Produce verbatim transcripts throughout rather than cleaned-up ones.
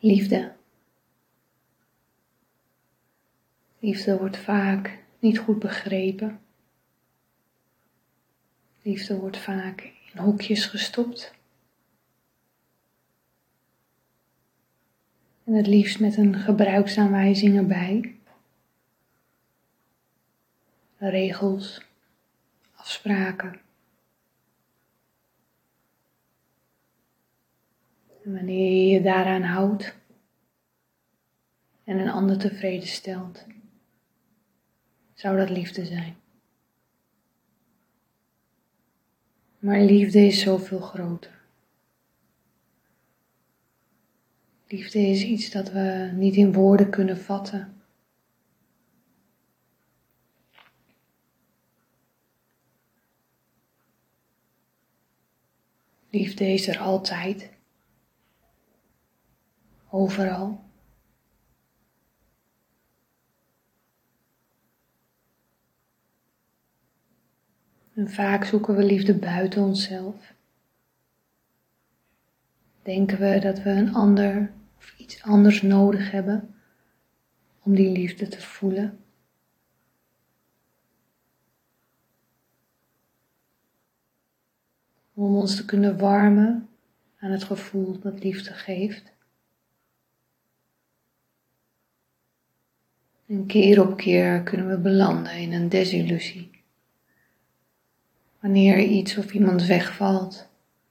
Liefde. Liefde wordt vaak niet goed begrepen. Liefde wordt vaak in hokjes gestopt. En het liefst met een gebruiksaanwijzing erbij. Regels, afspraken. En wanneer je je daaraan houdt en een ander tevreden stelt, zou dat liefde zijn. Maar liefde is zoveel groter. Liefde is iets dat we niet in woorden kunnen vatten. Liefde is er altijd. Overal. En vaak zoeken we liefde buiten onszelf. Denken we dat we een ander of iets anders nodig hebben om die liefde te voelen. Om ons te kunnen warmen aan het gevoel dat liefde geeft. En keer op keer kunnen we belanden in een desillusie. Wanneer iets of iemand wegvalt.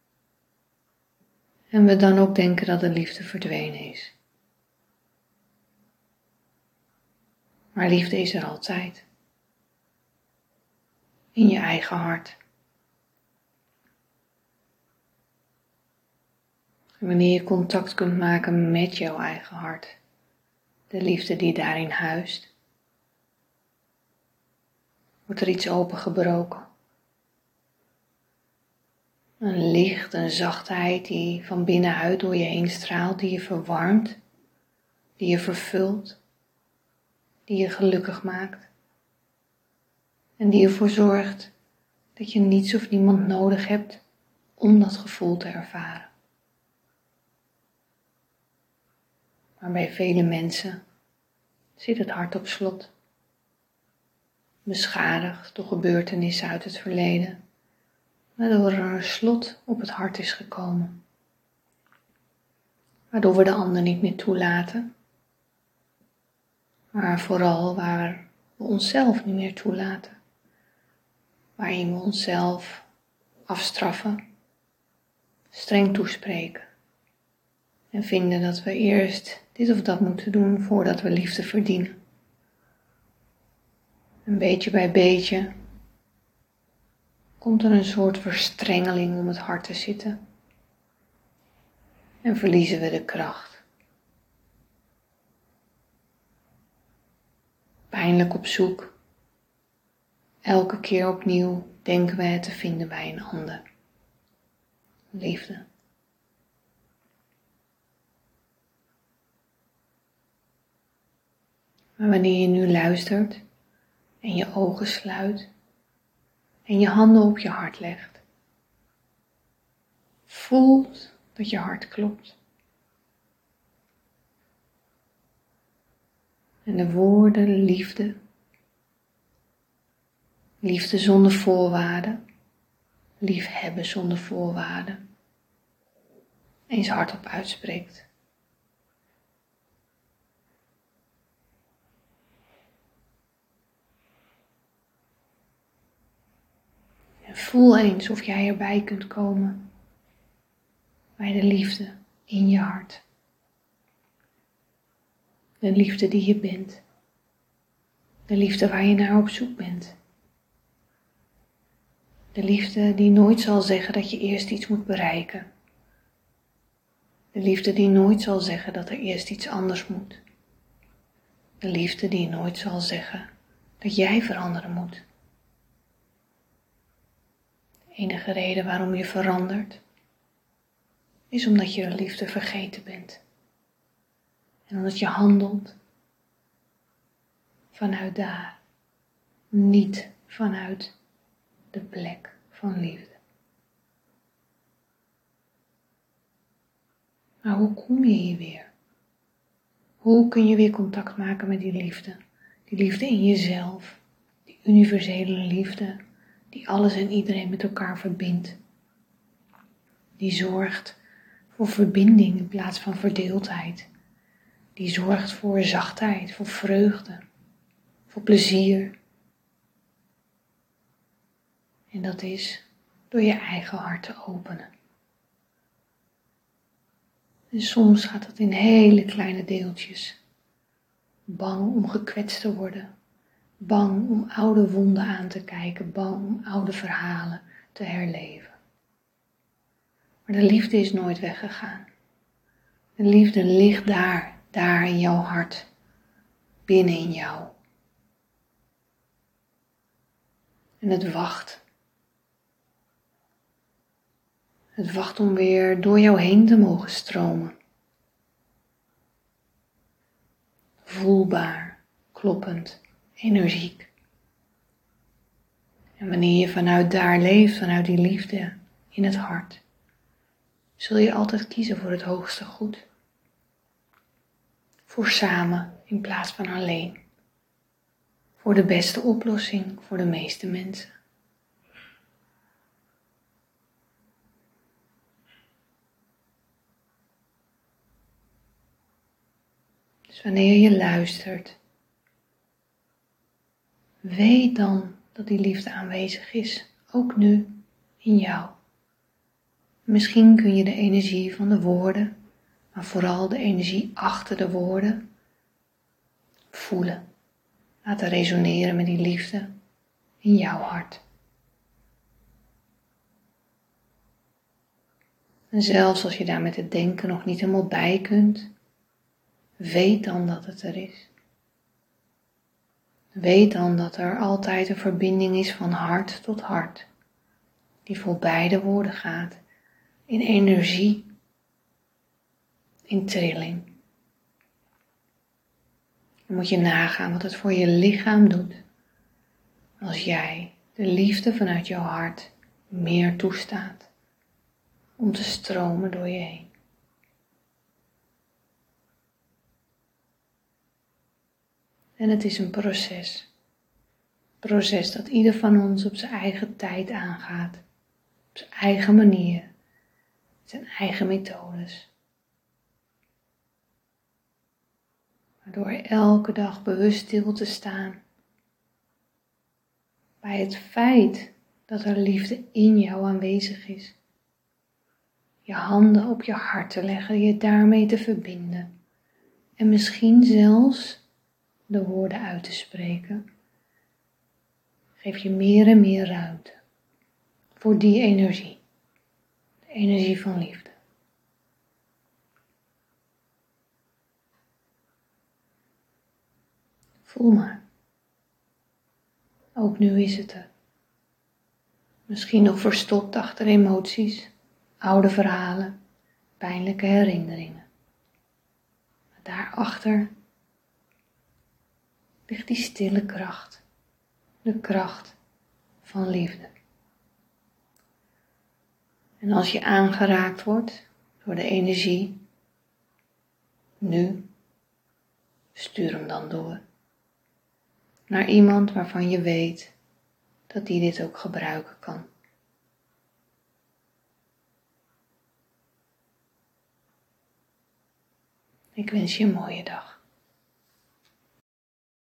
En we dan ook denken dat de liefde verdwenen is. Maar liefde is er altijd. In je eigen hart. En wanneer je contact kunt maken met jouw eigen hart. De liefde die daarin huist. Wordt er iets opengebroken. Een licht, een zachtheid die van binnenuit door je heen straalt, die je verwarmt, die je vervult, die je gelukkig maakt. En die ervoor zorgt dat je niets of niemand nodig hebt om dat gevoel te ervaren. Maar bij vele mensen zit het hart op slot. Beschadigd door gebeurtenissen uit het verleden. Waardoor er een slot op het hart is gekomen. Waardoor we de ander niet meer toelaten. Maar vooral waar we onszelf niet meer toelaten. Waarin we onszelf afstraffen, streng toespreken. En vinden dat we eerst dit of dat moeten doen voordat we liefde verdienen. En beetje bij beetje komt er een soort verstrengeling om het hart te zitten. En verliezen we de kracht. Pijnlijk op zoek. Elke keer opnieuw denken we het te vinden bij een ander. Liefde. Maar wanneer je nu luistert en je ogen sluit en je handen op je hart legt, voelt dat je hart klopt. En de woorden liefde, liefde zonder voorwaarden, liefhebben zonder voorwaarden, eens hardop uitspreekt. En voel eens of jij erbij kunt komen bij de liefde in je hart. De liefde die je bent. De liefde waar je naar op zoek bent. De liefde die nooit zal zeggen dat je eerst iets moet bereiken. De liefde die nooit zal zeggen dat er eerst iets anders moet. De liefde die nooit zal zeggen dat jij veranderen moet. De enige reden waarom je verandert, is omdat je de liefde vergeten bent. En omdat je handelt vanuit daar, niet vanuit de plek van liefde. Maar hoe kom je hier weer? Hoe kun je weer contact maken met die liefde? Die liefde in jezelf, die universele liefde die alles en iedereen met elkaar verbindt. Die zorgt voor verbinding in plaats van verdeeldheid. Die zorgt voor zachtheid, voor vreugde, voor plezier. En dat is door je eigen hart te openen. En soms gaat dat in hele kleine deeltjes. Bang om gekwetst te worden. Bang om oude wonden aan te kijken. Bang om oude verhalen te herleven. Maar de liefde is nooit weggegaan. De liefde ligt daar, daar in jouw hart. Binnen in jou. En het wacht. Het wacht om weer door jou heen te mogen stromen. Voelbaar, kloppend, energiek. En wanneer je vanuit daar leeft, vanuit die liefde in het hart, zul je altijd kiezen voor het hoogste goed. Voor samen in plaats van alleen. Voor de beste oplossing voor de meeste mensen. Dus wanneer je luistert, weet dan dat die liefde aanwezig is, ook nu in jou. Misschien kun je de energie van de woorden, maar vooral de energie achter de woorden, voelen. Laten resoneren met die liefde in jouw hart. En zelfs als je daar met het denken nog niet helemaal bij kunt, weet dan dat het er is. Weet dan dat er altijd een verbinding is van hart tot hart, die voorbij de woorden gaat, in energie, in trilling. Dan moet je nagaan wat het voor je lichaam doet, als jij de liefde vanuit jouw hart meer toestaat om te stromen door je heen. En het is een proces. Een proces dat ieder van ons op zijn eigen tijd aangaat. Op zijn eigen manier. Zijn eigen methodes. Maar door elke dag bewust stil te staan. Bij het feit dat er liefde in jou aanwezig is. Je handen op je hart te leggen, je daarmee te verbinden. En misschien zelfs de woorden uit te spreken, geef je meer en meer ruimte voor die energie, de energie van liefde. Voel maar, ook nu is het er. Misschien nog verstopt achter emoties, oude verhalen, pijnlijke herinneringen. Maar daarachter ligt die stille kracht, de kracht van liefde. En als je aangeraakt wordt door de energie, nu, stuur hem dan door naar iemand waarvan je weet dat die dit ook gebruiken kan. Ik wens je een mooie dag.